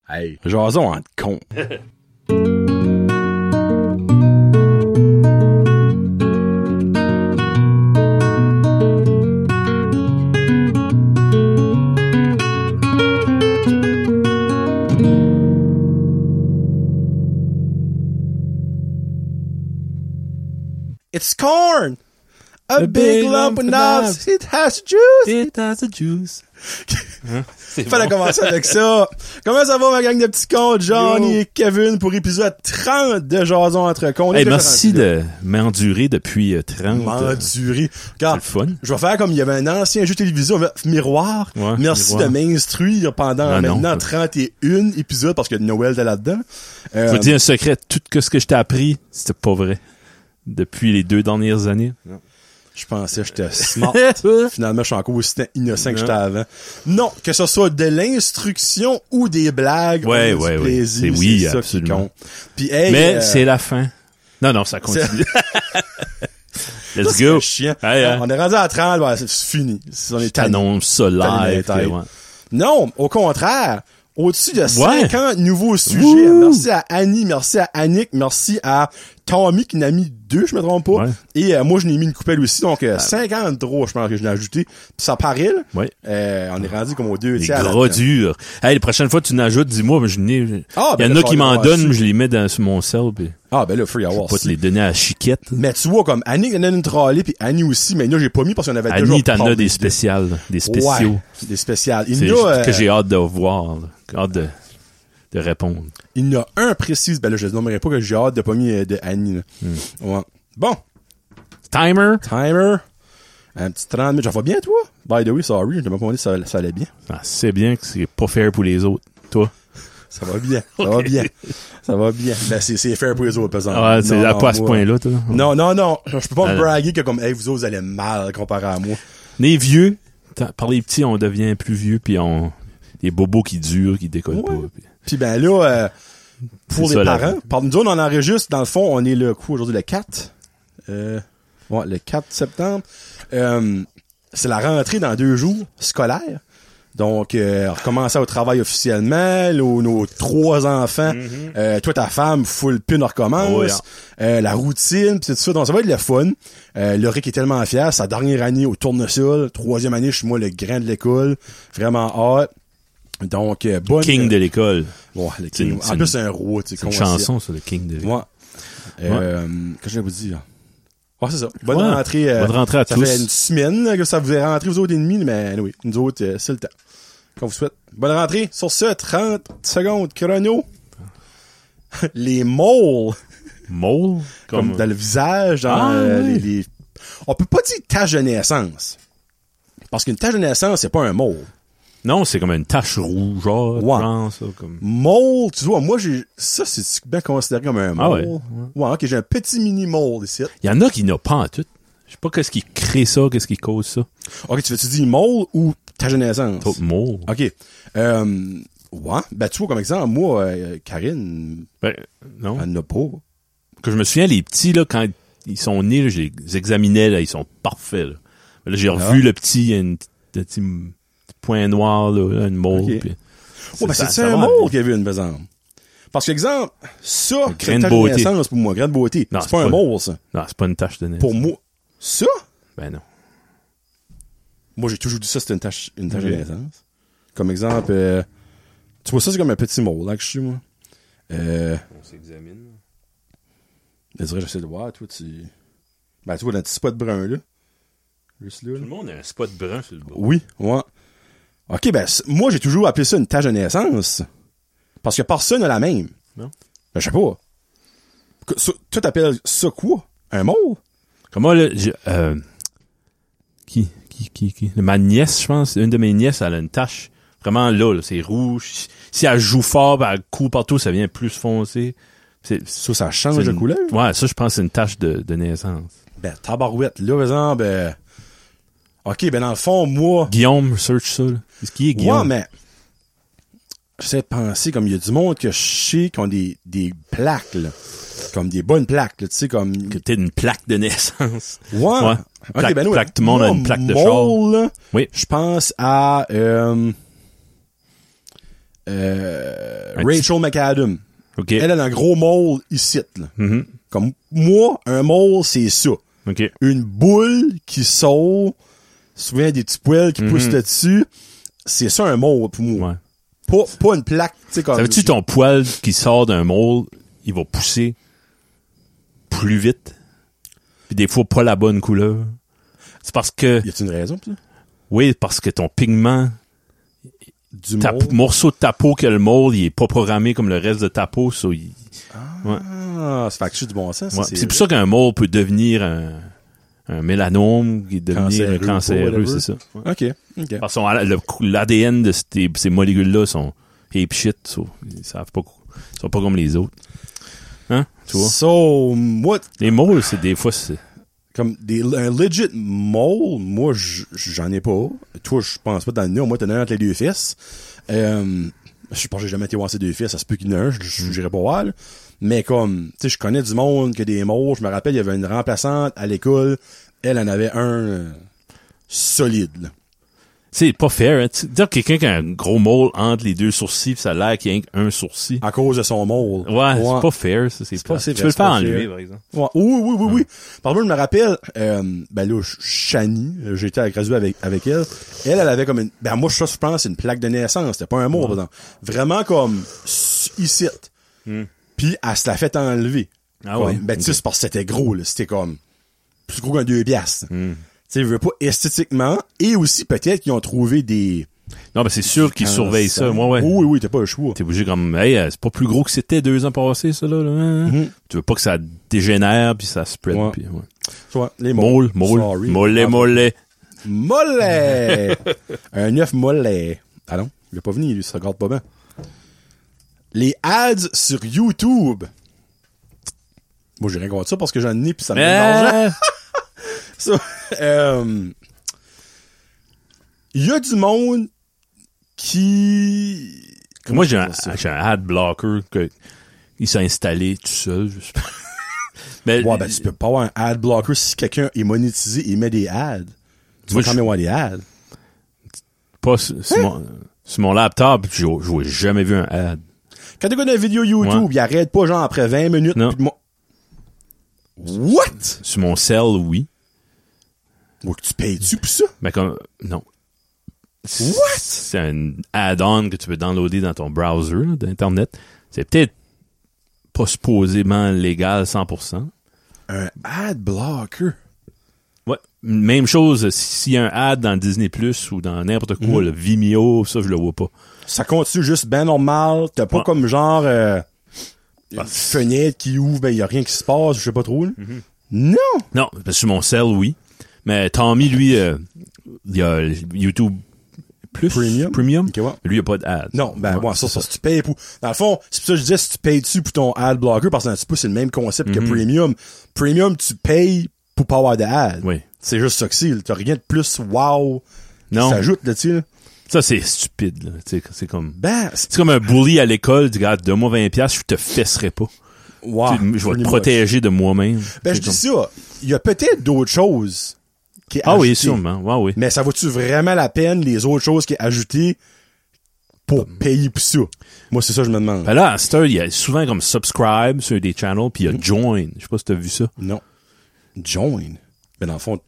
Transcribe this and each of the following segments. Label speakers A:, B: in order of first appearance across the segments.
A: Hey, jason en con. It's corn! A big lump of knobs. It has juice.
B: It has the juice. Hein?
A: Fallait commencer avec ça. Comment ça va, ma gang de petits cons? Johnny et Kevin pour épisode 30 de Jason entre cons.
B: Hey, merci de m'endurer depuis 30.
A: M'endurer.
B: C'est le fun.
A: Je vais faire comme il y avait un ancien jeu de télévision, Miroir.
B: Ouais,
A: merci
B: Miroir.
A: de m'instruire pendant maintenant 31 épisodes parce que Noël était là-dedans.
B: Je vais te dire un secret. Tout ce que je t'ai appris, c'était pas vrai. Depuis les 2 dernières années. Non.
A: Je pensais que j'étais smart. Finalement, je suis encore aussi innocent que j'étais avant. Non, que ce soit de l'instruction ou des blagues.
B: Ouais.
A: Plaisir,
B: C'est oui,
A: ça
B: absolument.
A: qui compte. Puis, hey,
B: mais c'est la fin. Non, ça continue. Let's go.
A: C'est chiant.
B: Hey,
A: On est rendu à 30, ouais, c'est fini. On est
B: annonce ça live.
A: ouais.
B: Ouais.
A: Non, au contraire. Au-dessus de 50 nouveaux sujets.
B: Wouh!
A: Merci à Annie, merci à Annick, merci à Tommy qui en a mis 2, je me trompe pas.
B: Ouais.
A: Et moi, je n'ai mis une coupelle aussi. Donc, 53, je pense que je l'ai ajouté. Puis ça paraît, là.
B: Ouais.
A: On est rendu comme aux 2
B: Les
A: tiers.
B: gros durs. Hey, la prochaine fois que tu n'ajoutes, dis-moi, mais je n'ai.
A: Ah,
B: il y
A: ben
B: en
A: là,
B: a qui m'en
A: ça va
B: donnent,
A: avoir
B: je les mets sur mon cell, pis
A: Ah, ben là, free hour.
B: pas te les donner à la chiquette.
A: Mais tu vois, comme Annick en a une trolley, puis Annie aussi, mais là, j'ai pas mis parce qu'on avait déjà
B: Annie, t'en
A: parlé
B: as des spéciales, des spéciaux.
A: Ouais, des spéciales.
B: C'est que j'ai hâte de voir, là. Hâte de répondre.
A: Il y en a un précis, ben là, je ne nommerai pas que j'ai hâte de pas mis de Annie, là. Ouais. Bon.
B: Timer.
A: Un petit 30 minutes. J'en vais bien, toi? By the way, sorry, je t'ai même pas dit ça allait bien.
B: Ah, c'est bien que c'est pas fair pour les autres. Toi.
A: Ça va bien. Ça va bien. Ça va bien. Ben, c'est fair pour les autres, par exemple.
B: Ah, c'est pas à ce point-là, toi.
A: Non. Je peux pas me braguer que comme, hey, vous autres, vous allez mal comparé à moi.
B: Les vieux, par les petits, on devient plus vieux, puis des bobos qui durent, qui décollent pas.
A: Puis ben là, pour
B: c'est
A: les
B: ça,
A: parents, par nous autres, on enregistre, dans le fond, on est le coup aujourd'hui, le 4. Le 4 septembre. C'est la rentrée dans 2 jours scolaires. Donc, recommencer au travail officiellement, nos 3 enfants, toi, ta femme, full pin, on recommence, la routine, pis tout ça, donc ça va être le fun. Loric est tellement fier, sa dernière année au tournesol, 3e année, je suis moi le grand de l'école, vraiment hâte. Donc, bonne...
B: King de l'école.
A: Ouais, le King. En plus, c'est un roi, tu sais.
B: C'est une chanson, ça, le King de l'école.
A: Ouais. Qu'est-ce que je vais vous dire? Ouais, c'est ça. Bonne rentrée.
B: Bonne rentrée à
A: ça
B: tous.
A: Ça fait une semaine là, que ça vous est rentré vous autres et demi, mais oui, nous autres, c'est le temps. Qu'on vous souhaite. Bonne rentrée. Sur ce, 30 secondes chrono. Les moles.
B: Moles?
A: Comme dans le visage, dans les... On peut pas dire tache de naissance. Parce qu'une tache de naissance, c'est pas un mole.
B: Non, c'est comme une tache rouge, genre, ça, comme...
A: Mole, tu vois, moi, ça, c'est bien considéré comme un mole.
B: Ah ouais.
A: Ouais, ok, j'ai un petit mini mole ici.
B: Il y en a qui n'ont pas en tout. Je sais pas qu'est-ce qui crée ça, qu'est-ce qui cause ça.
A: Ok, tu dire mole ou tache de naissance?
B: Mole.
A: Ok. Ouais, ben, tu vois, comme exemple, moi, Karine,
B: Ben, non.
A: elle n'a pas.
B: Que je me souviens, les petits, là, quand ils sont nés, là, je les examinais, là, ils sont parfaits, là. Là, j'ai revu le petit, il y a un petit point noir, là, une mole.
A: Okay.
B: Puis,
A: ben, c'est un mole qui a vu une exemple. Parce que, exemple, ça, c'est une tache de naissance pour moi, grain de beauté.
B: Non,
A: c'est pas un mole, ça.
B: Non, c'est pas une tache de naissance.
A: Pour moi, ça?
B: Ben non.
A: Moi, j'ai toujours dit ça, c'était une tache de naissance. Comme exemple, tu vois ça, c'est comme un petit mole, là, que je suis, moi.
B: On s'examine.
A: Je dirais, j'essaie de voir, toi, ben, tu vois, dans un petit spot brun, là. Juste là.
B: Tout le monde a un spot brun sur le bas.
A: Oui, ouais. Ok, ben, moi, j'ai toujours appelé ça une tache de naissance. Parce que personne n'a la même.
B: Non.
A: Ben, je sais pas. Toi, t'appelles ça quoi? Un mole?
B: Comment, là, qui? Ma nièce, je pense, une de mes nièces, elle a une tache. Vraiment là, c'est rouge. Si elle joue fort, ben, elle court partout, ça vient plus foncé.
A: Ça change de couleur?
B: Ouais, ça, je pense que c'est une tache de naissance.
A: Ben, tabarouette. Là, par exemple, ok, ben, dans le fond, moi...
B: Guillaume, research ça, là. Est-ce qu'il est Guillaume?
A: Ouais, mais... J'essaie de penser, comme il y a du monde que je sais qui ont des plaques, là. Comme des bonnes plaques, là, tu sais, comme...
B: Que t'es une plaque de naissance.
A: Ouais.
B: Plaque,
A: ben,
B: plaque, tout le monde a une plaque de char.
A: Là,
B: oui.
A: Je pense à... Rachel McAdam.
B: OK.
A: Elle a un gros mole ici, là.
B: Mhm.
A: Comme moi, un mole, c'est ça.
B: OK.
A: Une boule qui sort, souvent des petits poils qui poussent là-dessus, c'est ça un mole pour moi.
B: Ouais.
A: Pas une plaque, tu sais, comme...
B: Ça veut-tu ton poil qui sort d'un mole, il va pousser plus vite? Puis des fois, pas la bonne couleur. C'est parce que...
A: Y a-t-il une raison, pour ça?
B: Oui, parce que ton pigment...
A: Du
B: morceau de ta peau que le mole, il est pas programmé comme le reste de ta peau, ça,
A: Ah, ça fait que je suis du bon sens.
B: Ouais. C'est pour ça qu'un mole peut devenir un mélanome, qui devenir un cancéreux, c'est ça. Ouais.
A: OK.
B: Parce que l'ADN de ces molécules-là sont ape shit, ils savent pas, ils sont pas comme les autres. Hein? Tu vois?
A: So, moi...
B: Les moles, c'est des fois, c'est...
A: Comme un legit mole, moi, j'en ai pas. Toi, je pense pas dans le nez. Moi, t'en as un entre les deux fesses. Je pense que j'ai jamais été voir ces deux fesses. Ça se peut qu'il y en ait un. J'irai pas voir, là. Mais comme, tu sais, je connais du monde qui a des moles. Je me rappelle, il y avait une remplaçante à l'école. Elle en avait un solide, là.
B: C'est pas fair, hein. Dire quelqu'un qui a un gros mole entre les deux sourcils, pis ça a l'air qu'il y a un sourcil.
A: À cause de son mole.
B: Ouais, c'est pas fair, ça. C'est pas, tu peux le faire enlever, par exemple.
A: Ouais. Oui. Par exemple, je me rappelle, ben là, Shani, j'étais à graduer avec elle. Elle avait comme une, ben moi, je pense, c'est une plaque de naissance. C'était pas un mot, par exemple. Vraiment comme, ici. Puis, elle se l'a fait enlever.
B: Ah
A: comme,
B: ouais.
A: Ben, tu sais, c'est parce que c'était gros, là. C'était comme, plus gros qu'un 2 piastres. Tu sais, je veux pas esthétiquement, et aussi peut-être qu'ils ont trouvé des...
B: Non, ben c'est sûr qu'ils surveillent ça. Moi, ouais.
A: Oui, t'as pas le choix.
B: T'es obligé comme, hey, c'est pas plus gros que c'était 2 ans passés, ça, là. Hein? Tu veux pas que ça dégénère, puis ça spread.
A: Ouais.
B: Puis, ouais.
A: Soit, les
B: Mollet.
A: Mollet! Un œuf mollet. Ah non, il est pas venu, lui, ça regarde pas bien. Les ads sur YouTube. Moi, j'ai rien contre ça parce que j'en ai pis ça me donne de l'argent. Ça, il y a du monde qui...
B: Moi, j'ai un ad blocker que il s'est installé tout seul. Mais,
A: ouais, ben, tu peux pas avoir un ad blocker si quelqu'un est monétisé et met des ads. Tu vas quand même avoir des ads.
B: Pas sur mon laptop, je n'ai jamais vu un ad.
A: Quand tu regardes une vidéo YouTube, il arrête pas genre après 20 minutes.
B: Non.
A: What?
B: Sur mon cell, oui.
A: Ouais, tu payes-tu pour ça?
B: Mais comme, non.
A: What?
B: C'est un add-on que tu peux downloader dans ton browser là, d'Internet. C'est peut-être pas supposément légal 100%.
A: Un ad blocker?
B: Ouais. Même chose, s'il y a un ad dans Disney Plus ou dans n'importe quoi, le Vimeo, ça, je le vois pas.
A: Ça continue juste ben normal. T'as pas comme genre une fenêtre qui ouvre, ben y a rien qui se passe, je sais pas trop. Non!
B: Non, parce que sur mon cell, oui. Mais Tommy, lui, il y a YouTube Plus. Premium.
A: Okay, ouais.
B: Lui, il n'y a pas d'ad.
A: Non, ben, ouais, ça, si tu payes pour... Dans le fond, c'est pour ça que je disais, si tu payes dessus pour ton ad blocker, parce que un petit peu, c'est le même concept que Premium. Premium, tu payes pour pas avoir d'ad.
B: Oui.
A: C'est juste ça que c'est. T'as rien de plus wow qui
B: non.
A: s'ajoute là-dessus, là.
B: Ça, c'est stupide, là. C'est comme...
A: Ben,
B: c'est comme un bully à l'école. Tu regardes, donne-moi 20$, je te fesserai pas.
A: Wow.
B: Je vais te protéger de moi-même.
A: Ben, je dis ça. Il y a peut-être d'autres choses qui est ajoutées.
B: Oui, sûrement. Ouais, oui.
A: Mais ça vaut-tu vraiment la peine, les autres choses qui est ajoutées pour payer pour ça? Moi, c'est ça que je me demande.
B: Ben là, à cette heure, il y a souvent comme subscribe sur des channels, puis il y a join. Je sais pas si t'as vu ça.
A: Non. Join? Ben, dans le fond...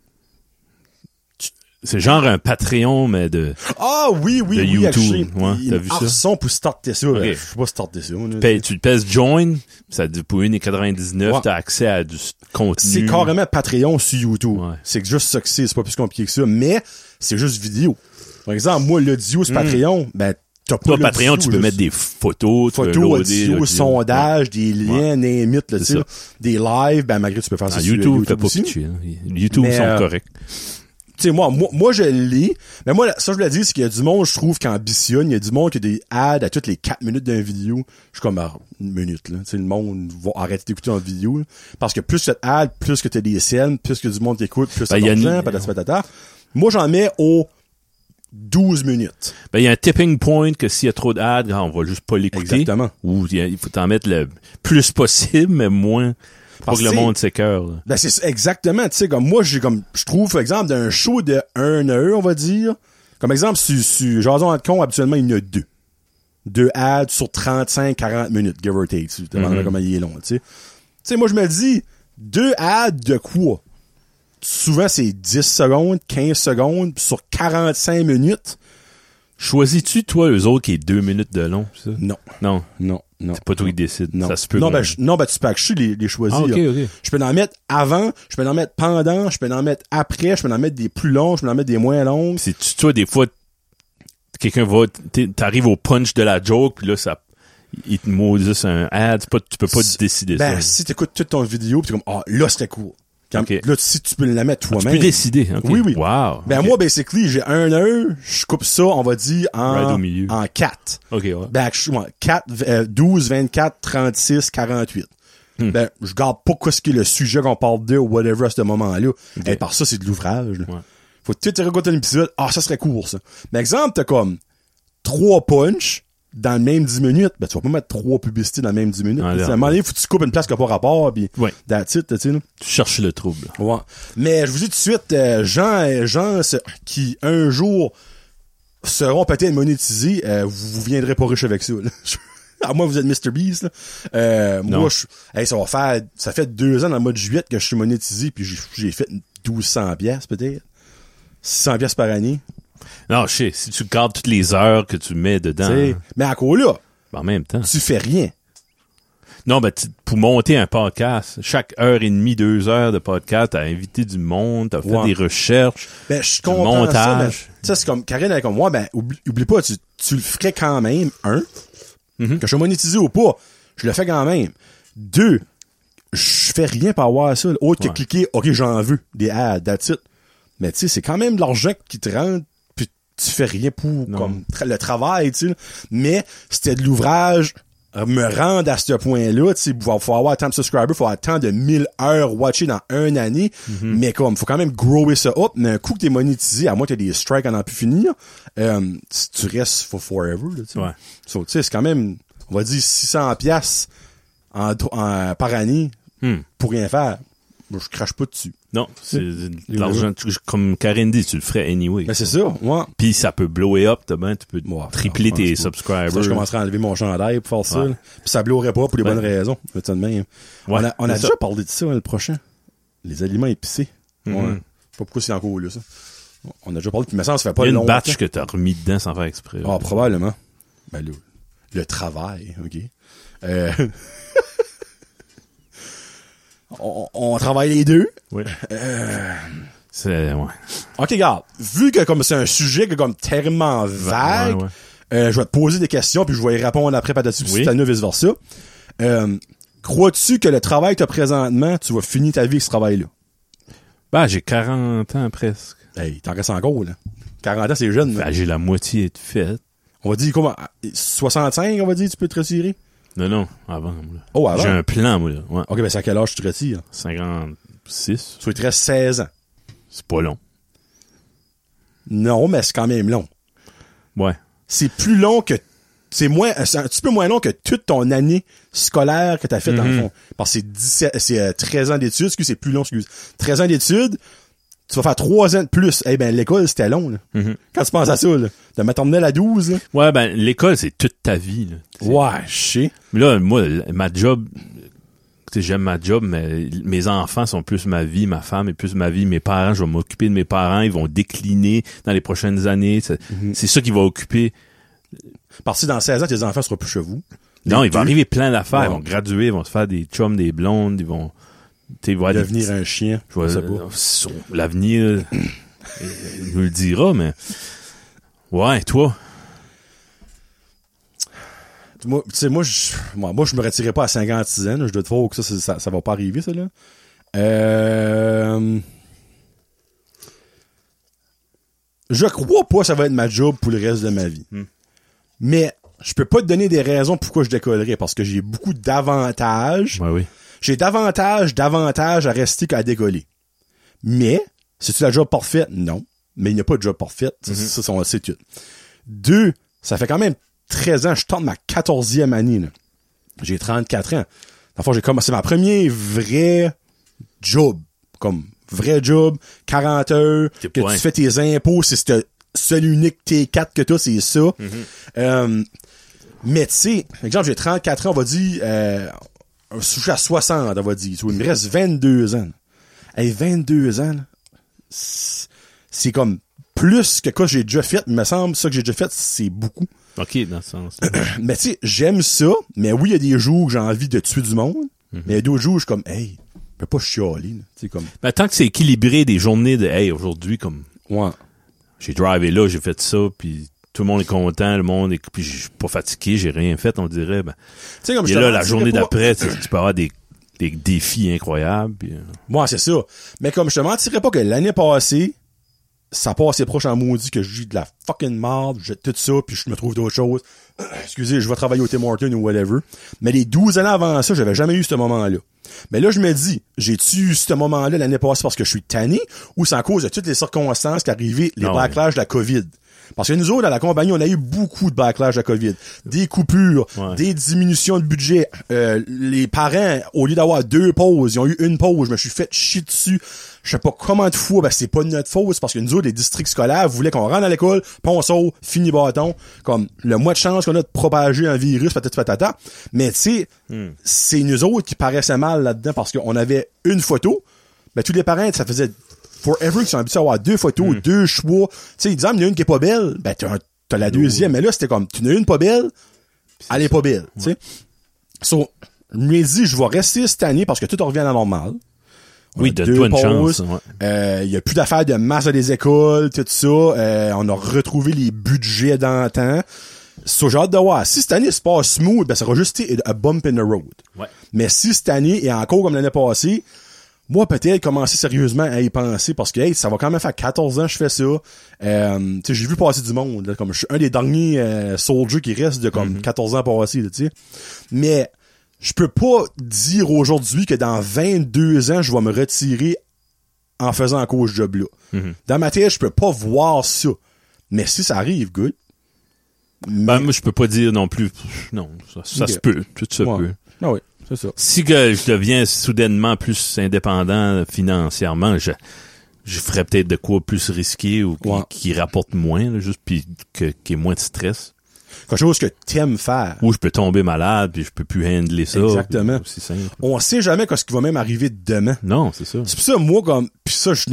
B: C'est genre un Patreon, mais de...
A: Ah, oui,
B: de YouTube. Ouais, t'as vu ça?
A: Arson pour starter ça.
B: Okay.
A: Je sais pas starter ça.
B: Tu pèses join, ça pour 1,99$, t'as accès à du contenu.
A: C'est carrément Patreon sur YouTube.
B: Ouais.
A: C'est juste ça que c'est pas plus compliqué que ça. Mais, c'est juste vidéo. Par exemple, moi, l'audio sur Patreon, ben, t'as pas
B: le Patreon, tu peux mettre des photos, tu peux loader,
A: audio, sondage, des liens, name it, là, tu sais. Des lives, ben, malgré tu peux faire ça sur
B: YouTube. Fait pas
A: aussi.
B: pitcher, hein. YouTube sont corrects.
A: Tu sais, moi, je lis. Mais moi, ça, je voulais dire, c'est qu'il y a du monde, je trouve, qui ambitionne. Il y a du monde qui a des ads à toutes les 4 minutes d'une vidéo. Je suis comme, une minute, là. Tu sais, le monde va arrêter d'écouter en vidéo, là. Parce que plus que t'as ad, plus que t'as des scènes, plus que du monde t'écoute, plus t'as d'argent, patata. Moi, j'en mets aux 12 minutes.
B: Ben, il y a un tipping point que s'il y a trop d'ads, on va juste pas l'écouter.
A: Exactement.
B: Ou il faut t'en mettre le plus possible, mais moins. Pour que le monde s'écœure.
A: Ben, c'est exactement, tu sais, comme moi, je trouve, par exemple, d'un show de 1 heure, on va dire, comme exemple, sur Jason & Con, habituellement, il y en a 2. 2 ads sur 35-40 minutes, give or take. Tu te demanderais comment il est long, tu sais. Tu sais, moi, je me dis, 2 ads de quoi? Souvent, c'est 10 secondes, 15 secondes, sur 45 minutes.
B: Choisis-tu, toi, eux autres, qui est 2 minutes de long, ça?
A: Non.
B: Non.
A: Non.
B: C'est pas toi qui décide.
A: Non.
B: Ça se peut.
A: Non, tu peux acheter les choisis.
B: Ah, ok,
A: là.
B: ok.
A: Je peux en mettre avant, je peux en mettre pendant, je peux en mettre après, je peux en mettre des plus longs, je peux en mettre des moins longs.
B: C'est-tu, toi, des fois, quelqu'un va, t'arrives au punch de la joke, puis là, il te maudisse un ad, tu peux pas décider ça.
A: Ben, si t'écoutes toute ton vidéo, pis t'es comme, là, c'était cool.
B: Okay.
A: Là, si tu peux la mettre toi-même.
B: Tu peux décider. Okay.
A: Oui.
B: Wow.
A: Ben, moi, basically, j'ai 1 heure, je coupe ça, on va dire,
B: Right au milieu.
A: en 4.
B: OK, ouais.
A: Ben, 4, 12, 24, 36, 48. Ben, je garde pas qu'est-ce qui est le sujet qu'on parle de ou whatever à ce moment-là.
B: Okay.
A: Et par ça, c'est de l'ouvrage, là.
B: Ouais.
A: Faut tout te raconter un épisode. Ça serait court, ça. Mais exemple, t'as comme 3 punch dans le même 10 minutes. Ben, tu vas pas mettre 3 publicités dans le même 10 minutes. À un moment donné, faut que tu coupes une place qui n'a pas rapport, pis that's it, tu sais, là.
B: Tu cherches le trouble.
A: Ouais. Mais je vous dis tout de suite, gens qui, un jour, seront peut-être monétisés, vous viendrez pas riche avec ça, là. À moi, vous êtes Mr. Beast, là. Moi, ça fait 2 ans dans le mois de juillet que je suis monétisé, puis j'ai fait 1200 pièces peut-être. 600 pièces par année.
B: Non, je sais, si tu gardes toutes les heures que tu mets dedans.
A: T'sais, mais encore là,
B: en même temps.
A: tu fais rien.
B: Non, ben, pour monter un podcast, chaque heure et demie, 2 heures de podcast, t'as invité du monde, t'as fait des recherches,
A: ben, je
B: du
A: comprends
B: montage.
A: Ça, c'est comme, Karine est comme moi, ben, oublie pas, tu le ferais quand même, que je sois monétisé ou pas, je le fais quand même. 2, je fais rien pour avoir ça, autre que cliquer, OK, j'en veux, des ads, that's it. Mais tu sais, c'est quand même de l'argent qui te rentre, puis tu fais rien pour comme le travail, tu sais. Mais c'était de l'ouvrage, me rendre à ce point-là, tu sais, faut avoir tant de subscribers, faut avoir tant de 1000 heures watchées dans une année, mais comme, faut quand même grower ça up, mais un coup que t'es monétisé, à moins que t'aies des strikes à n'en plus finir, tu restes for forever, là, tu sais.
B: Ouais.
A: So, tu sais, c'est quand même, on va dire 600 piastres par année pour rien faire. Je crache pas dessus.
B: Non, c'est de l'argent, comme Karine dit, tu le ferais anyway.
A: Ben, c'est ça, ouais.
B: Puis ça peut blower up, tu peux tripler tes subscribers.
A: Ça, je commencerai à enlever mon chandail pour faire ça. Puis ça blowerait pas pour les bonnes raisons. Ça de même.
B: Ouais,
A: on a déjà parlé de ça, le prochain. Les aliments épicés. Ouais. Je sais pas pourquoi c'est encore là, ça. On a déjà parlé, mais ça fait pas longtemps.
B: Il y a une batch que t'as remis dedans sans faire exprès.
A: Ah, probablement. Ben, le travail, OK. On travaille les deux.
B: Oui. Ouais.
A: OK, regarde. Vu que comme c'est un sujet que comme tellement vague, je vais te poser des questions puis je vais y répondre après par dessus si t'as vice-versa. Crois-tu que le travail que t'as présentement, tu vas finir ta vie avec ce travail-là?
B: Ben, j'ai 40 ans presque.
A: Hey, t'en restes encore, là. 40 ans, c'est jeune.
B: Ben, j'ai la moitié de fait. On
A: va dire comment? 65, on va dire, tu peux te retirer?
B: Non, avant. Là.
A: Oh, avant?
B: J'ai un plan, moi, là. Ouais.
A: OK, ben c'est à quel âge tu te retires?
B: 56.
A: Tu te restes 16 ans.
B: C'est pas long.
A: Non, mais c'est quand même long.
B: Ouais.
A: C'est plus long que... C'est un petit peu moins long que toute ton année scolaire que t'as fait dans le fond. Parce que c'est 13 ans d'études, c'est plus long, 13 ans d'études, tu vas faire 3 ans de plus. Eh ben, l'école, c'était long, là. Quand tu penses à ça, là. De maternelle à 12, là.
B: Ouais, ben, l'école, c'est toute ta vie, là.
A: Ouais, je sais.
B: Mais là, moi, ma job, j'aime ma job, mais mes enfants sont plus ma vie, ma femme est plus ma vie, mes parents, je vais m'occuper de mes parents, ils vont décliner dans les prochaines années. C'est ça qui va occuper.
A: Parce que dans 16 ans, tes enfants seront plus chez vous.
B: Non, il va arriver plein d'affaires. Ils vont graduer, ils vont se faire des chums, des blondes, ils vont...
A: devenir un chien.
B: L'avenir nous le dira, mais... Ouais, toi?
A: Moi, tu sais, moi, je me retirerai pas à 56 ans. Là. Je dois te voir que ça va pas arriver, ça, là. Je crois pas que ça va être ma job pour le reste de ma vie. Mais je peux pas te donner des raisons pourquoi je décollerais, parce que j'ai beaucoup d'avantages.
B: Ouais, oui.
A: J'ai davantage à rester qu'à décoller. Mais, c'est-tu la job parfaite? Non. Mais il n'y a pas de job parfaite. Ça, on le sait tout. 2, ça fait quand même 13 ans, je tente ma 14e année, là. J'ai 34 ans. Enfin, j'ai commencé ma première vraie job. Comme, vrai job, 40 heures, que tu fais tes impôts, c'est seul unique T4 que t'as, c'est ça. Mais tu sais, par exemple, j'ai 34 ans, on va dire, je suis à 60, on va dire. Tu vois, il me reste 22 ans. Hey, 22 ans, là, c'est comme plus que quoi j'ai déjà fait. Il me semble, ça que j'ai déjà fait, c'est beaucoup.
B: OK, dans ce sens.
A: Mais tu sais, j'aime ça, mais oui, il y a des jours où j'ai envie de tuer du monde, mais il y a d'autres jours où je suis comme, hey, je peux pas chialer, là. Tu sais, comme.
B: Ben, tant que c'est équilibré des journées de, hey, aujourd'hui, comme,
A: Ouais.
B: j'ai drivé là, j'ai fait ça, puis tout le monde est content, le monde est, puis je suis pas fatigué, j'ai rien fait, on dirait, ben.
A: Tu sais, comme
B: Et là, la journée d'après, tu peux avoir des défis incroyables, puis,
A: Ouais, c'est ça. Mais comme je te mentirais pas que l'année passée, ça passait proche en maudit que j'ai de la fucking marde, j'ai tout ça, puis je me trouve d'autres choses. Excusez, je vais travailler au Tim Hortons ou whatever. Mais les 12 années avant ça, j'avais jamais eu ce moment-là. Mais là, je me dis, j'ai-tu eu ce moment-là l'année passée parce que je suis tanné, ou c'est à cause de toutes les circonstances qui arrivaient, les backlash de la COVID? Parce que nous autres, à la compagnie, on a eu beaucoup de backlash de la COVID. Des coupures, des diminutions de budget. Les parents, au lieu d'avoir 2 pauses, ils ont eu une pause. Je me suis fait chier dessus. Je sais pas comment de fois, ben c'est pas de notre faute, c'est parce que nous autres, les districts scolaires voulaient qu'on rentre à l'école, puis on sort, fini bâton. Comme le moins de chance qu'on a de propager un virus, patata. Mais tu sais, c'est nous autres qui paraissaient mal là-dedans parce qu'on avait une photo. Ben tous les parents, ça faisait forever qui sont habitués à avoir 2 photos, 2 choix. Tu sais, ils disaient, il y en a une qui est pas belle, ben t'as la deuxième. Mais là, c'était comme, tu en as une pas belle, elle est pas belle, tu sais. So, je me dis, je vais rester cette année parce que tout revient à la normale.
B: Oui, de toi une chance.
A: Y a plus d'affaires de masse à des écoles, tout ça. On a retrouvé les budgets d'antan. So, j'ai hâte de voir. Si cette année se passe smooth, ben ça va juste être a bump in the road.
B: Ouais.
A: Mais si cette année est encore comme l'année passée, moi, peut-être commencer sérieusement à y penser parce que, hey, ça va quand même faire 14 ans que je fais ça. Tu sais, j'ai vu passer du monde, là, comme je suis un des derniers soldiers qui reste de comme 14 ans passés, tu sais. Mais je peux pas dire aujourd'hui que dans 22 ans, je vais me retirer en faisant encore ce job-là. Dans ma tête, je peux pas voir ça. Mais si ça arrive, good.
B: Ben, moi, je peux pas dire non plus. Non, ça se peut. Tout ça peut.
A: Ah oui, c'est ça.
B: Si que je deviens soudainement plus indépendant financièrement, je ferais peut-être de quoi plus risqué ou qui rapporte moins, là, juste puis qu'il y ait moins de stress.
A: Quelque chose que t'aimes faire.
B: Ou je peux tomber malade puis je peux plus handler ça.
A: Exactement.
B: C'est simple.
A: On sait jamais ce qui va même arriver demain.
B: Non, c'est ça.
A: C'est pour ça, moi, comme, pis ça, je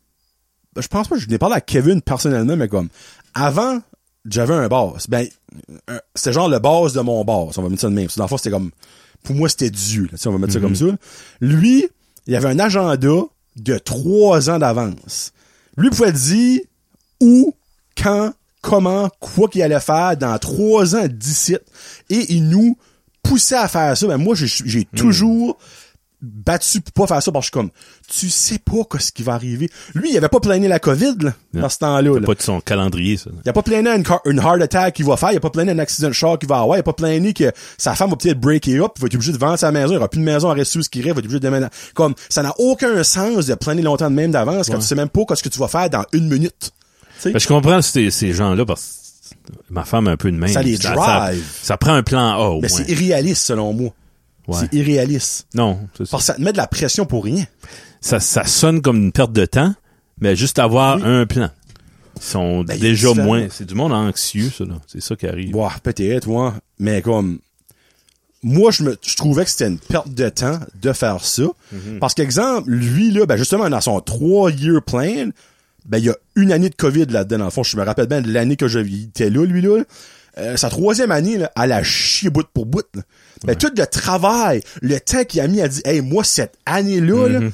A: pense pas que je n'ai parlé à Kevin personnellement, mais comme, avant, j'avais un boss. Ben, c'était genre le boss de mon boss. On va mettre ça de même. Dans le fond, c'était comme, pour moi, c'était Dieu, là. On va mettre ça comme ça. Lui, il avait un agenda de 3 ans d'avance. Lui pouvait dire où, quand, comment, quoi qu'il allait faire dans 3 ans d'ici. Et il nous poussait à faire ça. Ben, moi, j'ai toujours battu pour pas faire ça parce que je suis comme, tu sais pas ce qui va arriver. Lui, il avait pas plané la COVID, là, dans ce temps-là.
B: Pas de son calendrier, ça.
A: Il a pas plané une heart attack qu'il va faire. Il a pas plané un accident de char qu'il va avoir. Il a pas plané que sa femme va peut-être breaker up. Il va être obligé de vendre sa maison. Il aura plus de maison à rester où ce qui reste. Il va être obligé de déménager. Comme, ça n'a aucun sens de planer longtemps de même d'avance quand tu sais même pas ce que tu vas faire dans 1 minute.
B: Ben, je comprends ces gens-là parce que ma femme a un peu de même.
A: Ça les drive.
B: Ça prend un plan A au moins.
A: Mais c'est irréaliste, selon moi. Ouais. C'est irréaliste.
B: Non, c'est ça.
A: Parce que ça te met de la pression pour rien.
B: Ça sonne comme une perte de temps, mais juste avoir un plan. Ils sont déjà moins... C'est du monde anxieux, ça, là. C'est ça qui arrive.
A: Ouais, peut-être, ouais. Mais comme... Moi, je trouvais que c'était une perte de temps de faire ça. Parce qu'exemple, lui, là, ben justement, dans son 3-year plan, ben il y a 1 année de COVID là-dedans. Dans le fond, je me rappelle bien de l'année que j'étais là, lui, là. Sa 3e année, là, elle a chié bout pour bout, là. Ben, tout le travail, le temps qu'il a mis à dire, hey, moi, cette année-là, là,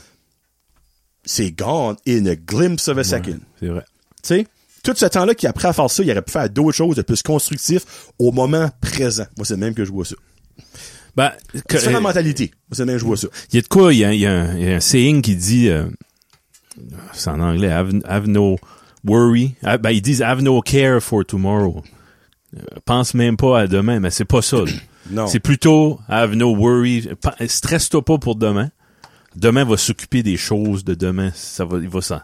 A: c'est gone in a glimpse of a second.
B: C'est vrai.
A: Tu sais, tout ce temps-là qu'il a pris à faire ça, il aurait pu faire d'autres choses de plus constructifs au moment présent. Moi, c'est le même que je vois ça.
B: Ben,
A: c'est la mentalité. Moi, c'est le même que je vois ça.
B: Il y a de quoi, il y a un saying qui dit, c'est en anglais, have no worry. Ben, ils disent have no care for tomorrow. Pense même pas à demain, mais c'est pas ça.
A: Non.
B: C'est plutôt have no worry. Stresse-toi pas pour demain. Demain va s'occuper des choses de demain. Il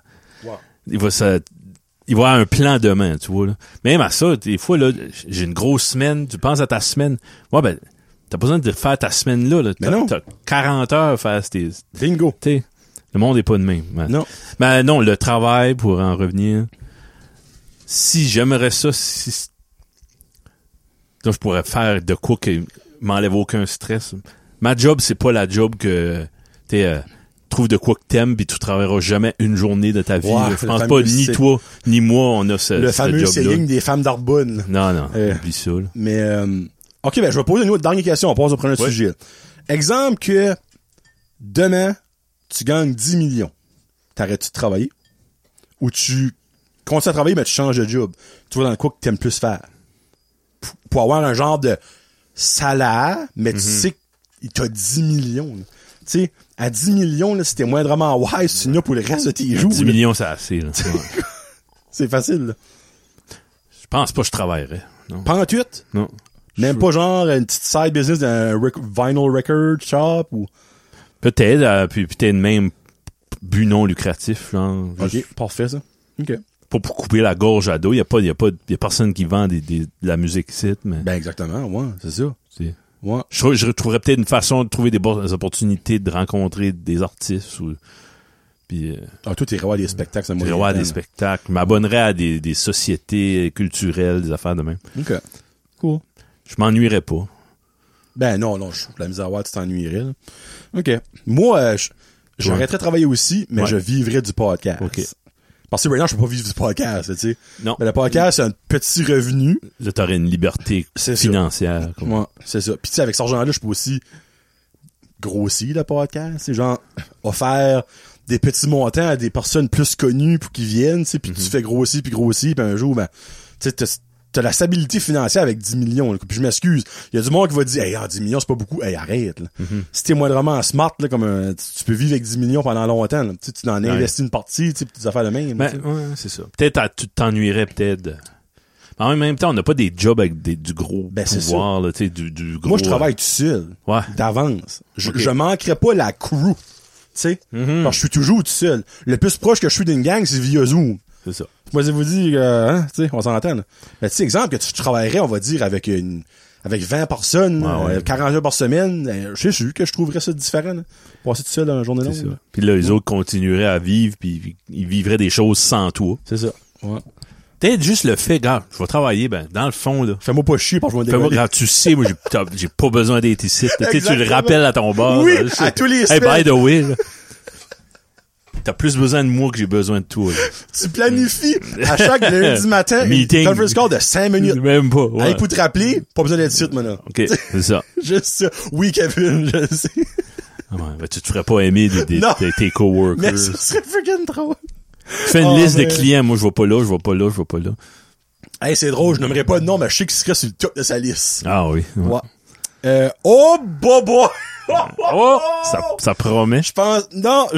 B: va avoir un plan demain, tu vois, là. Même à ça, des fois, là, j'ai une grosse semaine, tu penses à ta semaine. Ouais, ben, t'as pas besoin de faire ta semaine là.
A: Mais non.
B: T'as 40 heures à faire tes...
A: Bingo.
B: T'sais, le monde est pas de même. Ouais.
A: Non.
B: Ben, non, le travail, pour en revenir. Si j'aimerais ça, Donc, je pourrais faire de quoi qui m'enlève aucun stress. Ma job, c'est pas la job que, trouve de quoi que t'aimes pis tu travailleras jamais une journée de ta vie.
A: Ouais,
B: Je pense pas, ni toi, ni moi, on a
A: Le
B: ce
A: fameux
B: job-là.
A: selling des femmes d'Arbonne.
B: Non, oublie ça, là.
A: Mais, OK, ben, je vais poser une autre dernière question. On passe au premier sujet. Exemple que, demain, tu gagnes 10 millions. T'arrêtes-tu de travailler? Ou tu continues à travailler, mais tu changes de job? Tu vas dans le quoi que t'aimes plus faire? Pour avoir un genre de salaire, mais tu sais qu'il t'a 10 millions. Tu sais, à 10 millions, là, si t'es moindrement wise, tu n'as pour le reste de tes jours.
B: 10 millions, c'est assez, là. Ouais.
A: C'est facile, là.
B: Je pense pas que je travaillerais. Non.
A: Pas en tweet?
B: Non.
A: Même pas genre une petite side business d'un vinyl record shop ou...
B: Peut-être, puis peut-être même but non lucratif, genre.
A: OK, parfait, ça. OK.
B: Pas pour couper la gorge à dos. Y a personne qui vend de la musique ici, mais.
A: Ben, exactement, ouais, c'est ça. Ouais.
B: Je trouverais peut-être une façon de trouver des bonnes opportunités de rencontrer des artistes ou, puis,
A: toi, t'irais voir des spectacles, ça
B: j'irais voir des spectacles, m'abonnerais à des sociétés culturelles, des affaires de même.
A: OK. Cool.
B: Je m'ennuierais pas.
A: Ben, non, je la mise à voir, tu t'ennuierais, là. OK. Moi, j'arrêterais de travailler aussi, mais je vivrais du podcast.
B: OK.
A: Parce que maintenant, je peux pas vivre du podcast, tu sais.
B: Non.
A: Mais le podcast, c'est un petit revenu.
B: Là, t'aurais une liberté financière.
A: Ouais, c'est ça. Puis tu sais, avec cet argent-là, je peux aussi grossir le podcast. C'est genre, offrir des petits montants à des personnes plus connues pour qu'ils viennent, tu sais, puis tu fais grossir, puis un jour, ben, tu sais, t'as la stabilité financière avec 10 millions. Là. Puis je m'excuse. Il y a du monde qui va dire, hey, 10 millions, c'est pas beaucoup. Hey, arrête, là. Si t'es moindrement smart, là, comme tu peux vivre avec 10 millions pendant longtemps, là. Tu en investis une partie, tu sais, des affaires de même.
B: Ben, ouais, c'est ça. Peut-être, tu t'ennuierais peut-être. Mais en même temps, on n'a pas des jobs avec du gros pouvoir, là, tu sais, du gros.
A: Moi, je travaille tout seul.
B: Ouais.
A: D'avance. Je manquerais pas la crew. Tu sais. Parce que je suis toujours tout seul. Le plus proche que je suis d'une gang, c'est via Zoom.
B: C'est ça.
A: Moi, je vous dis, tu sais, on s'entend, là. Ben, tu sais, exemple, que tu travaillerais, on va dire, avec 20 personnes, 40 heures par semaine, je sais sûr que je trouverais ça différent, là. Passer tout seul dans la journée longue.
B: Puis là, les autres continueraient à vivre, puis ils vivraient des choses sans toi.
A: C'est ça. Ouais.
B: Peut-être juste le fait, gars, je vais travailler, ben, dans le fond, là.
A: Fais-moi pas chier parce que je vais me
B: Fais-moi, quand tu sais, moi, j'ai pas besoin d'être ici. Tu le rappelles à ton bord.
A: Oui,
B: là,
A: à tous les
B: hey, by the way, là. T'as plus besoin de moi que j'ai besoin de toi, là.
A: Tu planifies à chaque lundi matin
B: meeting.
A: Une conference call de 5 minutes.
B: Même pas, ouais.
A: Hey, pour te rappeler, pas besoin d'être site, maintenant.
B: OK, c'est ça.
A: Juste ça. Oui, Kevin, je sais.
B: Ah ouais, ben, tu te ferais pas aimer tes coworkers.
A: Mais ça serait freaking drôle.
B: Fais une liste de clients. Moi, je vais pas là.
A: Hey, c'est drôle, je n'aimerais pas de nom, mais je sais qu'il serait sur le top de sa liste.
B: Ah oui.
A: Ouais. Oh, bobo!
B: Oh! Ça promet.
A: Je pense, non,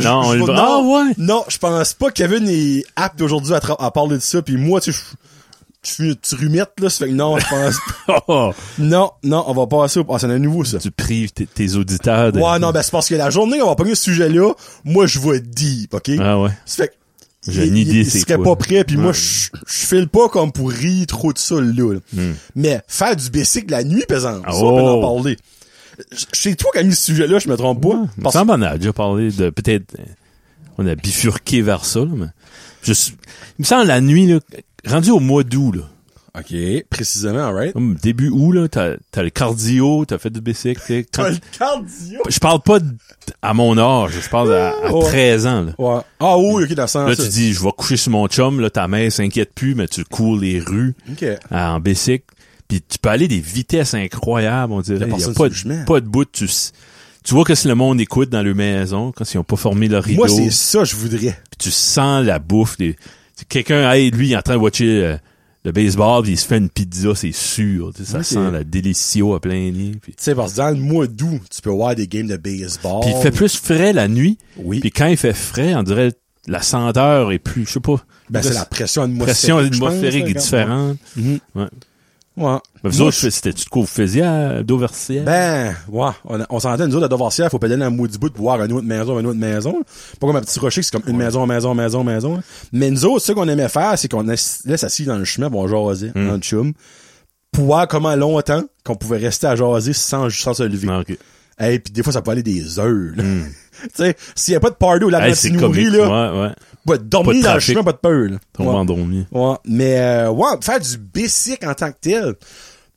A: je pense pas que Kevin est apte aujourd'hui à parler de ça, pis moi, tu sais, je suis une petite rumette, là, ça fait que non, je pense non, on va passer c'est un nouveau, ça.
B: Tu prives tes auditeurs de...
A: Ouais, non, ben, c'est parce que la journée, on va pogner ce sujet-là, moi, je vais deep, OK?
B: Ah ouais.
A: Ça fait que,
B: j'ai une idée, c'est quoi.
A: Il serait pas prêt, puis moi, je file pas comme pour rire trop de ça, là. Mais faire du bicycle la nuit, pesant, ça, on peut en parler. C'est toi qui as mis ce sujet-là, je me trompe pas.
B: Parce que on a déjà parlé de, peut-être, on a bifurqué vers ça, là, mais il me semble la nuit, là, rendu au mois d'août, là.
A: OK, précisément, alright.
B: Début août, là, t'as le cardio, t'as fait du bicycle.
A: T'as le cardio?
B: Je parle pas à mon âge, je parle à 13 ans, là.
A: Ouais. Ah oui, OK, dans le sens.
B: Là, tu dis, je vais coucher sur mon chum, là, ta mère s'inquiète plus, mais tu cours les rues. En bicycle. Puis tu peux aller des vitesses incroyables, on dirait. Il y a pas de bout. Tu vois que si le monde écoute dans leur maison, quand ils ont pas formé leur rideau.
A: Moi, c'est ça je voudrais.
B: Puis tu sens la bouffe. Quelqu'un, hey, lui, il est en train de watcher le baseball, puis il se fait une pizza, c'est sûr. Ça sent la délicio à plein lit. Tu
A: sais, parce que dans le mois d'août, tu peux voir des games de baseball.
B: Puis il fait plus frais la nuit.
A: Oui.
B: Puis quand il fait frais, on dirait la senteur est plus, je sais pas.
A: Ben, c'est la pression atmosphérique.
B: Pression atmosphérique est différente. Ouais.
A: Ouais.
B: Mais vous autres, c'était-tu de quoi vous faisiez à Dauversière?
A: Ben, ouais. On s'entend, nous autres, à Dauversière, faut pédaler un maudit bout pour voir une autre maison. Pas comme un petit rocher, c'est comme une maison. Mais nous autres, ce qu'on aimait faire, c'est qu'on laisse assis dans le chemin, bon, jaser, dans le chum, pour voir comment longtemps qu'on pouvait rester à jaser sans se lever.
B: Ah, okay.
A: Hey, puis des fois, ça peut aller des heures, là. Tu sais, s'il y a pas de party ou la matinée nourrie, là.
B: Ouais.
A: Dormir dans le chemin, pas de peur, là.
B: Endormi.
A: Ouais. Mais, faire du bicycle en tant que tel,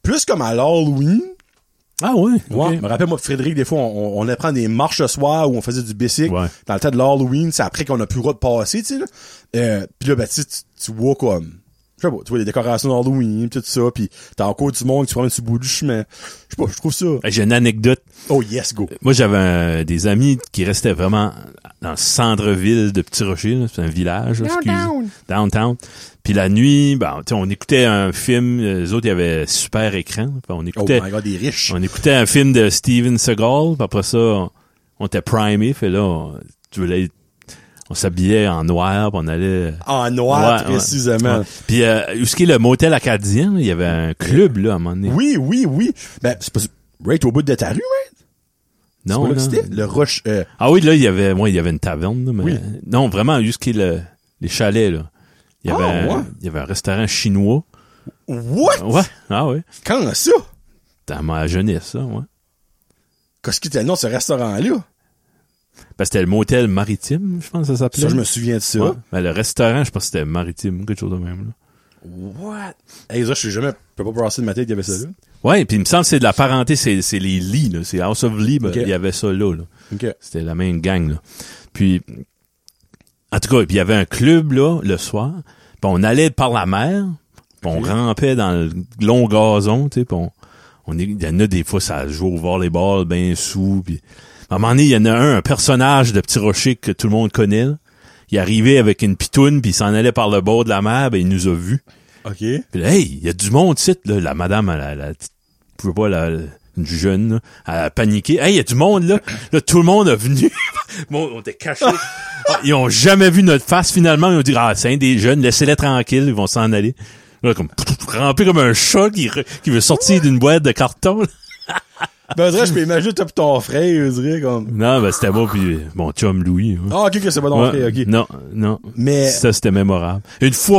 A: plus comme à l'Halloween.
B: Ah oui?
A: Ouais,
B: Okay.
A: je me rappelle, moi, Frédéric, des fois, on allait prendre des marches le soir où on faisait du bicycle.
B: Ouais.
A: Dans le temps de l'Halloween, c'est après qu'on a plus le droit de passer, tu sais, là. Puis là, ben, tu vois comme, je sais pas, tu vois les décorations d'Halloween, tout ça, puis t'as encore du monde qui se promène sur le bout du chemin. Je sais pas, je trouve ça.
B: J'ai une anecdote.
A: Oh yes, go.
B: Moi, j'avais des amis qui restaient vraiment dans le centre-ville de Petit Rocher, là. C'est un village, là, downtown. Puis la nuit, ben, on écoutait un film, les autres, il y avait super écran. On écoutait,
A: Oh my god, des riches.
B: on écoutait un film de Steven Seagal, puis après ça, on était primé, fait là, on s'habillait en noir, puis on allait...
A: En noir,
B: Ouais,
A: précisément.
B: ouais. Puis, où est-ce qu'il y a le motel acadien, il y avait un club, là, à un moment donné.
A: Oui. Ben, c'est pas, right au bout de ta rue, right?
B: Non,
A: C'est pas là que
B: non.
A: c'était? Le Roche,
B: Ah oui, là, il y avait une taverne, là, mais
A: Oui.
B: non, vraiment, jusqu'à les chalets, là. Il y avait,
A: ouais.
B: il y avait un restaurant chinois.
A: what?
B: Ouais, ah ouais.
A: Quand ça?
B: Dans ma jeunesse, ça, ouais.
A: Qu'est-ce qui était le nom de ce restaurant-là?
B: Ben, c'était le motel maritime, je pense que ça s'appelait.
A: Ça, je me souviens de ça.
B: Ouais. Ben, le restaurant, je pense que c'était maritime, quelque chose de même, là.
A: What? Hey, ça, je sais jamais, je peux pas brasser de ma tête qu'il y avait ça là.
B: Ouais, puis il me semble que c'est de la parenté, c'est les Lee, là. C'est House of Lee, ben,
A: Ok.
B: il y avait ça là.
A: OK.
B: C'était la même gang, là. Puis, en tout cas, puis il y avait un club, là, le soir. Puis on allait par la mer. Puis on rampait dans le long gazon, tu sais. Puis il y en a des fois, ça joue au volleyball, ben sous. Puis, à un moment donné, il y en a un personnage de Petit Rocher que tout le monde connaît, là. Il arrivait avec une pitoune, puis il s'en allait par le bord de la mer, ben il nous a vus.
A: OK.
B: Puis là, hey, il y a du monde ici, là. La madame, je sais pas, une jeune, là, elle a paniqué. Hey, il y a du monde, là. Là, tout le monde est venu. Bon, on était cachés. Ils ont jamais vu notre face, finalement. Ils ont dit, ah, c'est un des jeunes, laissez-les tranquilles, ils vont s'en aller. Là, comme, rempli comme un chat qui veut sortir d'une boîte de carton, là.
A: Ben, on dirait, je peux imaginer toi pis ton frère, je dirais, comme.
B: Non, ben, c'était moi puis mon chum Louis. Hein.
A: Ah, ok, c'est pas ton
B: Ouais,
A: frère, ok.
B: Non.
A: Mais,
B: Ça, c'était mémorable. Une fois,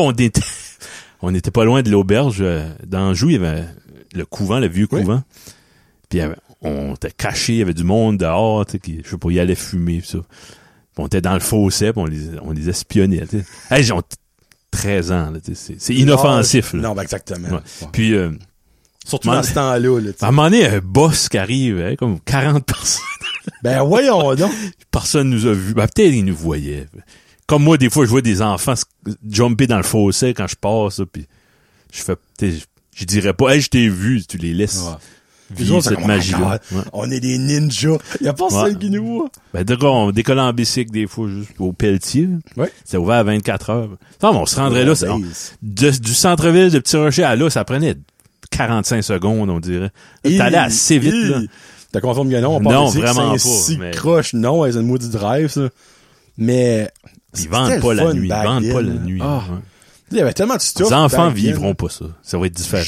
B: on était pas loin de l'auberge d'Anjou, il y avait le couvent, le vieux couvent. Puis on était cachés, il y avait du monde dehors, tu sais, qui, je sais pas, il allait fumer, pis ça. Puis on était dans le fossé, puis on les espionnait, tu sais. Hey, j'ai 13 ans, là, tu sais, c'est inoffensif, là.
A: non, ben, exactement.
B: Ouais.
A: Ouais.
B: Puis,
A: Surtout dans ce temps-là, là, tu sais.
B: à un moment donné, un boss qui arrive, hein, comme 40 personnes.
A: Ben, voyons donc.
B: Personne nous a vus. Ben, peut-être ils nous voyaient. Comme moi, des fois, je vois des enfants jumper dans le fossé quand je passe, puis je fais, je dirais pas, hey, je t'ai vu, tu les laisses vivre cette magie-là. Ouais.
A: On est des ninjas. Y a pas ça
B: Ouais.
A: qui nous voit.
B: Ben, d'accord, on décollait en bicycle des fois, juste au Pelletier.
A: Ouais.
B: C'est ouvert à 24 heures. Non, mais on se rendrait là. Du centre-ville de Petit Rocher à là, ça prenait 45 secondes, on dirait. T'allais assez vite, là.
A: T'as conforme que non, on
B: Non,
A: pense
B: vraiment
A: que
B: pas,
A: si
B: mais-
A: croche, non, c'est une maudite drive, ça. Mais,
B: Ils vendent pas la nuit. Ils vendent pas la nuit.
A: Ah.
B: Ouais.
A: Il y avait tellement de stuff.
B: Les enfants
A: back then.
B: vivront pas ça. Ça va être différent.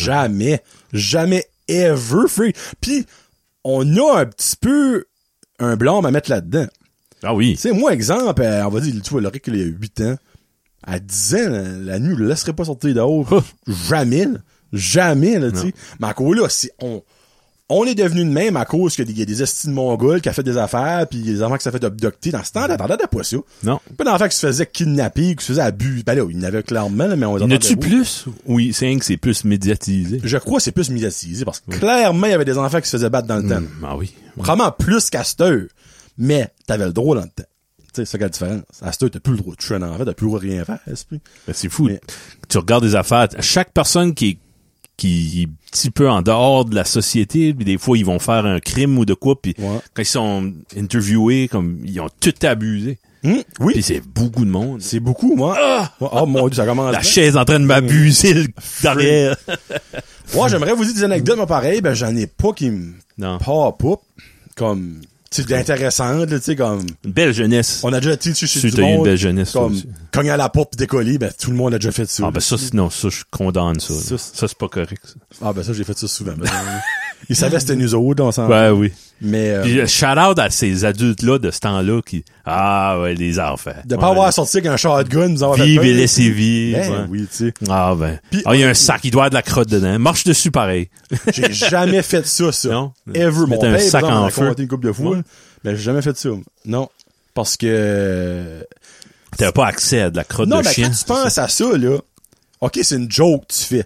A: Jamais ever free. Puis, on a un petit peu un blâme à mettre là-dedans.
B: Ah oui.
A: Tu sais, moi, exemple, on va dire, tu vois, Loric, il y a 8 ans. À 10 ans, la nuit, on le laisserait pas sortir dehors. Jamais, là. Jamais, là, tu sais. Mais à cause là, on est devenu de même à cause qu'il y a des estimes mongols qui a fait des affaires, puis des enfants qui s'est fait abducter. Dans ce temps, t'attendais pas ça.
B: Non.
A: Pas d'enfants qui se faisaient kidnapper, qui se faisaient abuser. Ben là, il y en avait clairement, là, mais on les
B: Y en
A: entendait
B: a-tu
A: pas.
B: plus? Oui, c'est que c'est plus médiatisé.
A: Je crois que c'est plus médiatisé, parce que clairement, il y avait des enfants qui se faisaient battre dans le temps.
B: Ah oui.
A: Vraiment plus qu'à cette heure. Mais t'avais le droit dans le temps. Tu sais, c'est ça qui est la différence. À cette heure, t'as plus le droit de tuer un enfant, t'as plus le droit de rien faire, esprit.
B: Ben, c'est fou.
A: Mais-
B: Tu regardes des affaires. Chaque personne qui est un petit peu en dehors de la société, puis des fois, ils vont faire un crime ou de quoi, puis
A: Ouais.
B: quand ils sont interviewés, comme, ils ont tout abusé.
A: Oui.
B: Puis c'est beaucoup de monde.
A: C'est beaucoup, moi. Oh mon Dieu, ça commence.
B: La
A: bien.
B: chaise en train de m'abuser le derrière.
A: Moi, j'aimerais vous dire des anecdotes, mais pareil, ben, j'en ai pas qui me
B: Non.
A: pop up. Comme, tu sais, d'intéressantes, là, tu sais, comme,
B: Une belle jeunesse.
A: on a déjà, tu sais, chez
B: Tu
A: du
B: t'as eu une
A: monde,
B: belle jeunesse, toi
A: comme,
B: aussi.
A: cogner à la porte pis décoller, ben, tout le monde a déjà fait ça.
B: Ah, ben ça, non, ça, je condamne ça.
A: Ça,
B: là. Ça, c'est pas correct, ça.
A: Ah, ben, ça, j'ai fait ça souvent. Ben, ils savaient que c'était nous autres, on s'en
B: Ben oui.
A: Mais,
B: Puis shout-out à ces adultes-là de ce temps-là qui... Ah ouais, les enfants.
A: de pas
B: Ouais.
A: avoir sorti avec un shotgun, nous avoir fait
B: Vive
A: peur.
B: et laissez vivre.
A: Ben,
B: ouais.
A: oui, tu sais.
B: Ah ben.
A: Puis-
B: Ah, il y a un sac, il doit avoir de la crotte dedans. Marche dessus pareil.
A: J'ai jamais fait ça.
B: Non?
A: Ever.
B: Tu
A: Mon
B: mettais un
A: père,
B: sac
A: par exemple,
B: en
A: m'en a
B: feu.
A: conté une couple de fois.
B: Ouais.
A: Mais j'ai jamais fait ça. Non. Parce que,
B: T'avais pas accès à de la crotte
A: non,
B: de
A: ben,
B: chien.
A: quand tu penses à ça, là, ok, c'est une joke que tu fais.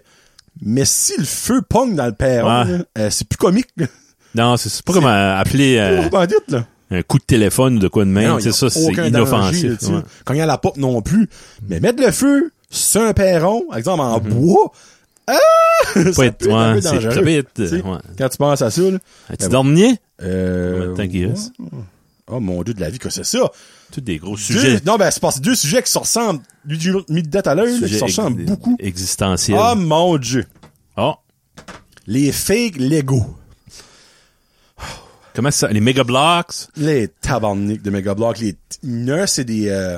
A: Mais si le feu pogne dans le perron,
B: Ouais.
A: là, c'est plus comique, là.
B: Non, c'est pas comme appeler
A: Pas bandite, là.
B: un coup de téléphone ou de quoi de même.
A: Non,
B: C'est ça, c'est
A: aucun
B: inoffensif.
A: danger, tu sais.
B: Ouais.
A: Quand il y a la porte non plus. Mais mettre le feu sur un perron, par exemple en bois,
B: Pas
A: ça
B: être,
A: peut être un peu
B: ouais,
A: dangereux.
B: ça peut être,
A: Tu sais,
B: ouais.
A: Quand tu penses à ça, là.
B: Tu dormier?
A: Combien
B: de temps qu'il reste?
A: Oh mon Dieu de la vie que c'est ça.
B: Tous des gros sujets.
A: Non, ben c'est parce que deux sujets qui se ressemblent. Lui, j'ai mis de date à l'heure, là, qui se ressemblent beaucoup.
B: Existentiels.
A: Oh mon Dieu.
B: Oh.
A: Les fake Lego.
B: Comment ça? Les Mega Blocks?
A: Les tabarniques de Megablock. C'est des...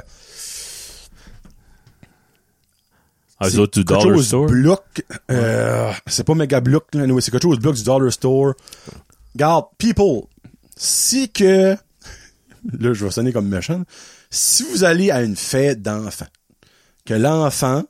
B: Les autres du
A: quelque
B: Dollar
A: chose
B: Store?
A: bloc. C'est pas Megablock, là. Anyway, c'est quelque chose bloc du Dollar Store. Regarde, people, si que... Là, je vais sonner comme méchant. Si vous allez à une fête d'enfants, que l'enfant,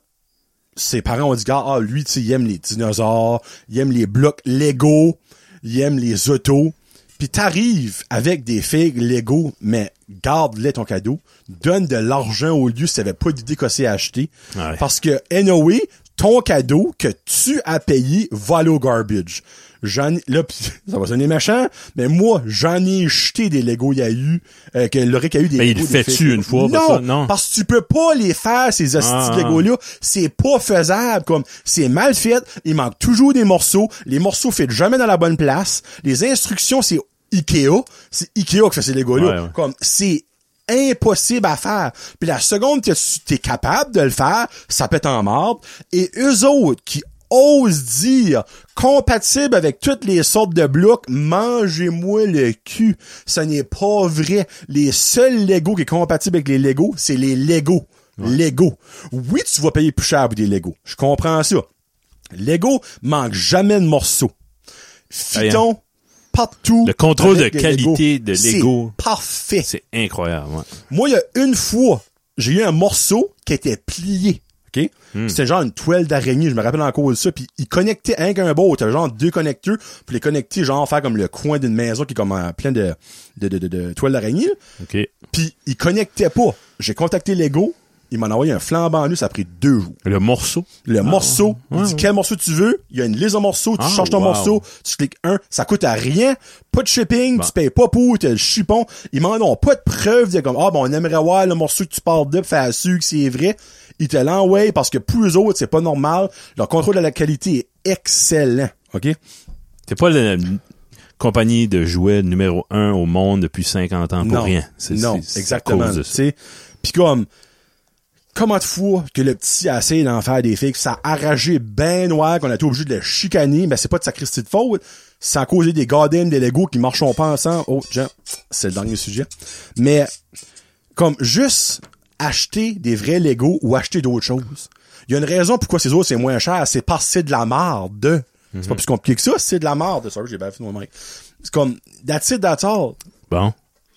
A: ses parents ont dit, regarde, lui, tu sais, il aime les dinosaures, il aime les blocs Lego, il aime les autos, puis t'arrives avec des figues Lego, mais garde-les ton cadeau, donne de l'argent au lieu si t'avais pas d'idée qu'à c'est acheter,
B: Ouais.
A: parce que, anyway, ton cadeau que tu as payé va aller au garbage. Là, pis, ça va sonner méchant, mais moi, j'en ai jeté des Lego, il y a eu, que Loric a eu des
B: Ben,
A: Lego.
B: il le fait-tu une fois,
A: non,
B: ça? Non.
A: parce que tu peux pas les faire, ces hosties de Lego-là. C'est pas faisable, comme, c'est mal fait, il manque toujours des morceaux, les morceaux fit jamais dans la bonne place, les instructions, c'est Ikea qui fait ces Lego-là.
B: Ouais, ouais.
A: Comme, c'est impossible à faire. Puis la seconde que tu es capable de le faire, ça pète en marbre. Et eux autres qui osent dire compatible avec toutes les sortes de blocs, mangez-moi le cul. Ce n'est pas vrai. Les seuls Lego qui est compatible avec les Lego, c'est les Lego. Ouais. Lego. Oui, tu vas payer plus cher pour des Lego. Je comprends ça. Lego manque jamais de morceaux. Phyton, partout.
B: Le contrôle de
A: les
B: qualité de Lego.
A: C'est parfait.
B: C'est incroyable, ouais.
A: Moi, il y a une fois, j'ai eu un morceau qui était plié. OK? C'était genre une toile d'araignée, je me rappelle encore de ça, puis il connectait un qu'un beau, t'avais genre deux connecteurs, puis les connecter genre faire comme le coin d'une maison qui est comme plein de toiles d'araignée.
B: OK.
A: Puis il connectait pas. J'ai contacté Lego, il m'en a envoyé un flambant nu, ça a pris 2 jours.
B: Le morceau?
A: Le morceau, il dit quel morceau tu veux, il y a une liste de morceaux, tu changes ton morceau, tu cliques un, ça coûte à rien, pas de shipping, tu payes pas pour, t'as le chipon, ils m'en ont pas de preuve de comme, on aimerait voir le morceau que tu parles de, faire sûr que c'est vrai. Ils te l'envoient parce que pour eux autres, c'est pas normal. Leur contrôle de la qualité est excellent. OK?
B: C'est pas la compagnie de jouets numéro 1 au monde depuis 50 ans pour rien. C'est
A: exactement. Puis comme, comment de fois que le petit a essayé d'en faire des fakes, ça a arragé ben noir, qu'on a été obligé de le chicaner, ben c'est pas de sa Christie de faute. Ça a causé des goddamn des Lego qui marchent pas ensemble. Oh, Jean, c'est le dernier sujet. Mais, comme, juste acheter des vrais Lego ou acheter d'autres choses. Il y a une raison pourquoi ces autres c'est moins cher, c'est parce que c'est de la marde. C'est pas plus compliqué que ça, c'est de la marde. Sorry, j'ai baffé mon mic. C'est comme, that's it, that's all.
B: Bon.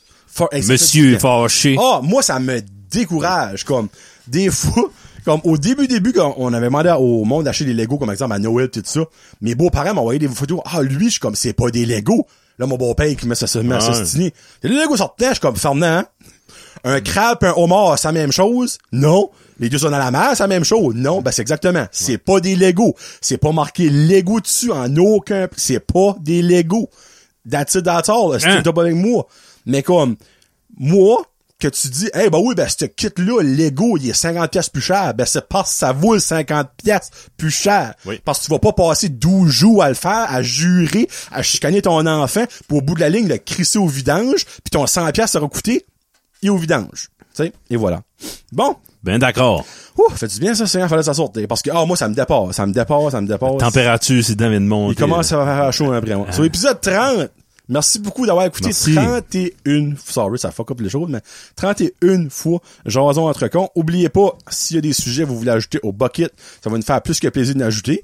B: Monsieur fâché.
A: Moi, ça me décourage. Comme, des fois, comme, au début, quand on avait demandé au monde d'acheter des Legos, comme exemple à Noël, tout ça, mes beaux-parents m'envoyaient des photos. Lui, je suis comme, c'est pas des Legos. Là, mon beau-père qui met ça stini. Les Legos sortent je suis comme, Fernand, hein? Un crabe et un homard, c'est la même chose? Non. Les deux sont dans la mer, c'est la même chose? Non. Ben, c'est exactement. C'est pas des Legos. C'est pas marqué Lego dessus en aucun, c'est pas des Legos. That's it, that's all. C'est pas avec moi. Mais comme, moi, que tu dis, ce kit-là, Lego, il est 50$ plus cher. Ben, c'est parce que ça vaut 50$ plus cher.
B: Oui.
A: Parce que tu vas pas passer 12 jours à le faire, à jurer, à chicaner ton enfant, pour au bout de la ligne, le crisser au vidange, puis ton 100$ ça va coûter, et au vidange. Tu sais, et voilà. Bon.
B: Ben d'accord.
A: Fait du bien ça, c'est fallait que ça sorte. Parce que, moi, ça me dépasse. La
B: température, c'est dans de monter.
A: Il commence à faire chaud après moi. Sur l'épisode 30, merci beaucoup d'avoir écouté 31. Sorry, ça fuck up les choses, mais 31 fois Jason entre cons. Oubliez pas, s'il y a des sujets que vous voulez ajouter au bucket, ça va nous faire plus que plaisir d'ajouter.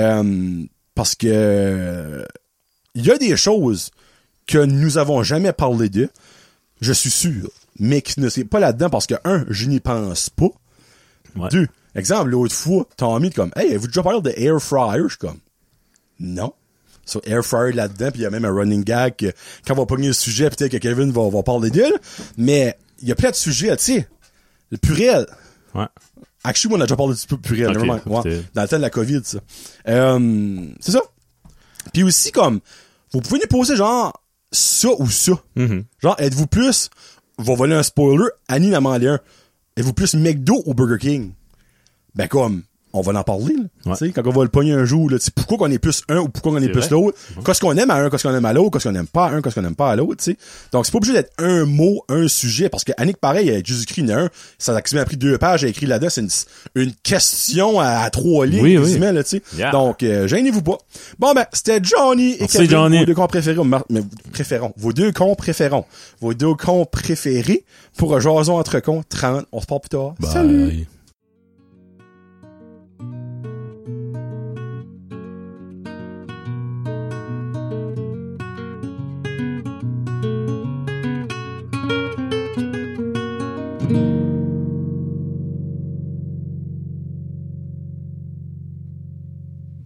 A: Parce que il y a des choses que nous avons jamais parlé de, je suis sûr, mais qui ne sont pas là-dedans parce que, je n'y pense pas.
B: Ouais.
A: 2, exemple, l'autre fois, Tommy comme, avez-vous déjà parlé de Air Fryer? Je suis comme, non. So, Air Fryer là-dedans, puis il y a même un running gag que, quand on va pogner le sujet, peut-être que Kevin va parler d'elle. Mais, il y a plein de sujets, tu sais. Le purel.
B: Ouais.
A: Actually, on a déjà parlé un petit peu plus réel.
B: Ok,
A: Ouais. Dans le temps de la COVID, ça. C'est ça. Puis aussi, comme, vous pouvez nous poser genre, ça ou ça.
B: Mm-hmm.
A: Genre, êtes-vous plus, on va voler un spoiler, Annie n'a demandé un. Êtes-vous plus McDo ou Burger King? Ben, comme, on va en parler, là.
B: Ouais.
A: Tu sais, quand on va le pogner un jour, là, tu sais, pourquoi qu'on est plus un ou pourquoi qu'on est
B: C'est
A: plus
B: vrai.
A: l'autre. Qu'est-ce qu'on aime à un, qu'est-ce qu'on aime à l'autre, qu'est-ce qu'on aime pas à un, qu'est-ce qu'on aime pas à l'autre, tu sais. Donc, c'est pas obligé d'être un mot, un sujet, parce que Annick, pareil, elle a juste écrit un, ça a quasiment pris 2 pages, elle a écrit là-dedans, c'est une question à 3 lignes,
B: Oui,
A: quasiment, là, tu sais.
B: Yeah.
A: Donc, gênez-vous pas. Bon, ben, c'était Johnny et
B: Merci,
A: Kevin,
B: Johnny.
A: vos deux cons préférés, vos deux cons préférés pour Jason entre cons 30. On se parle plus tard.
B: Bye.
A: Salut!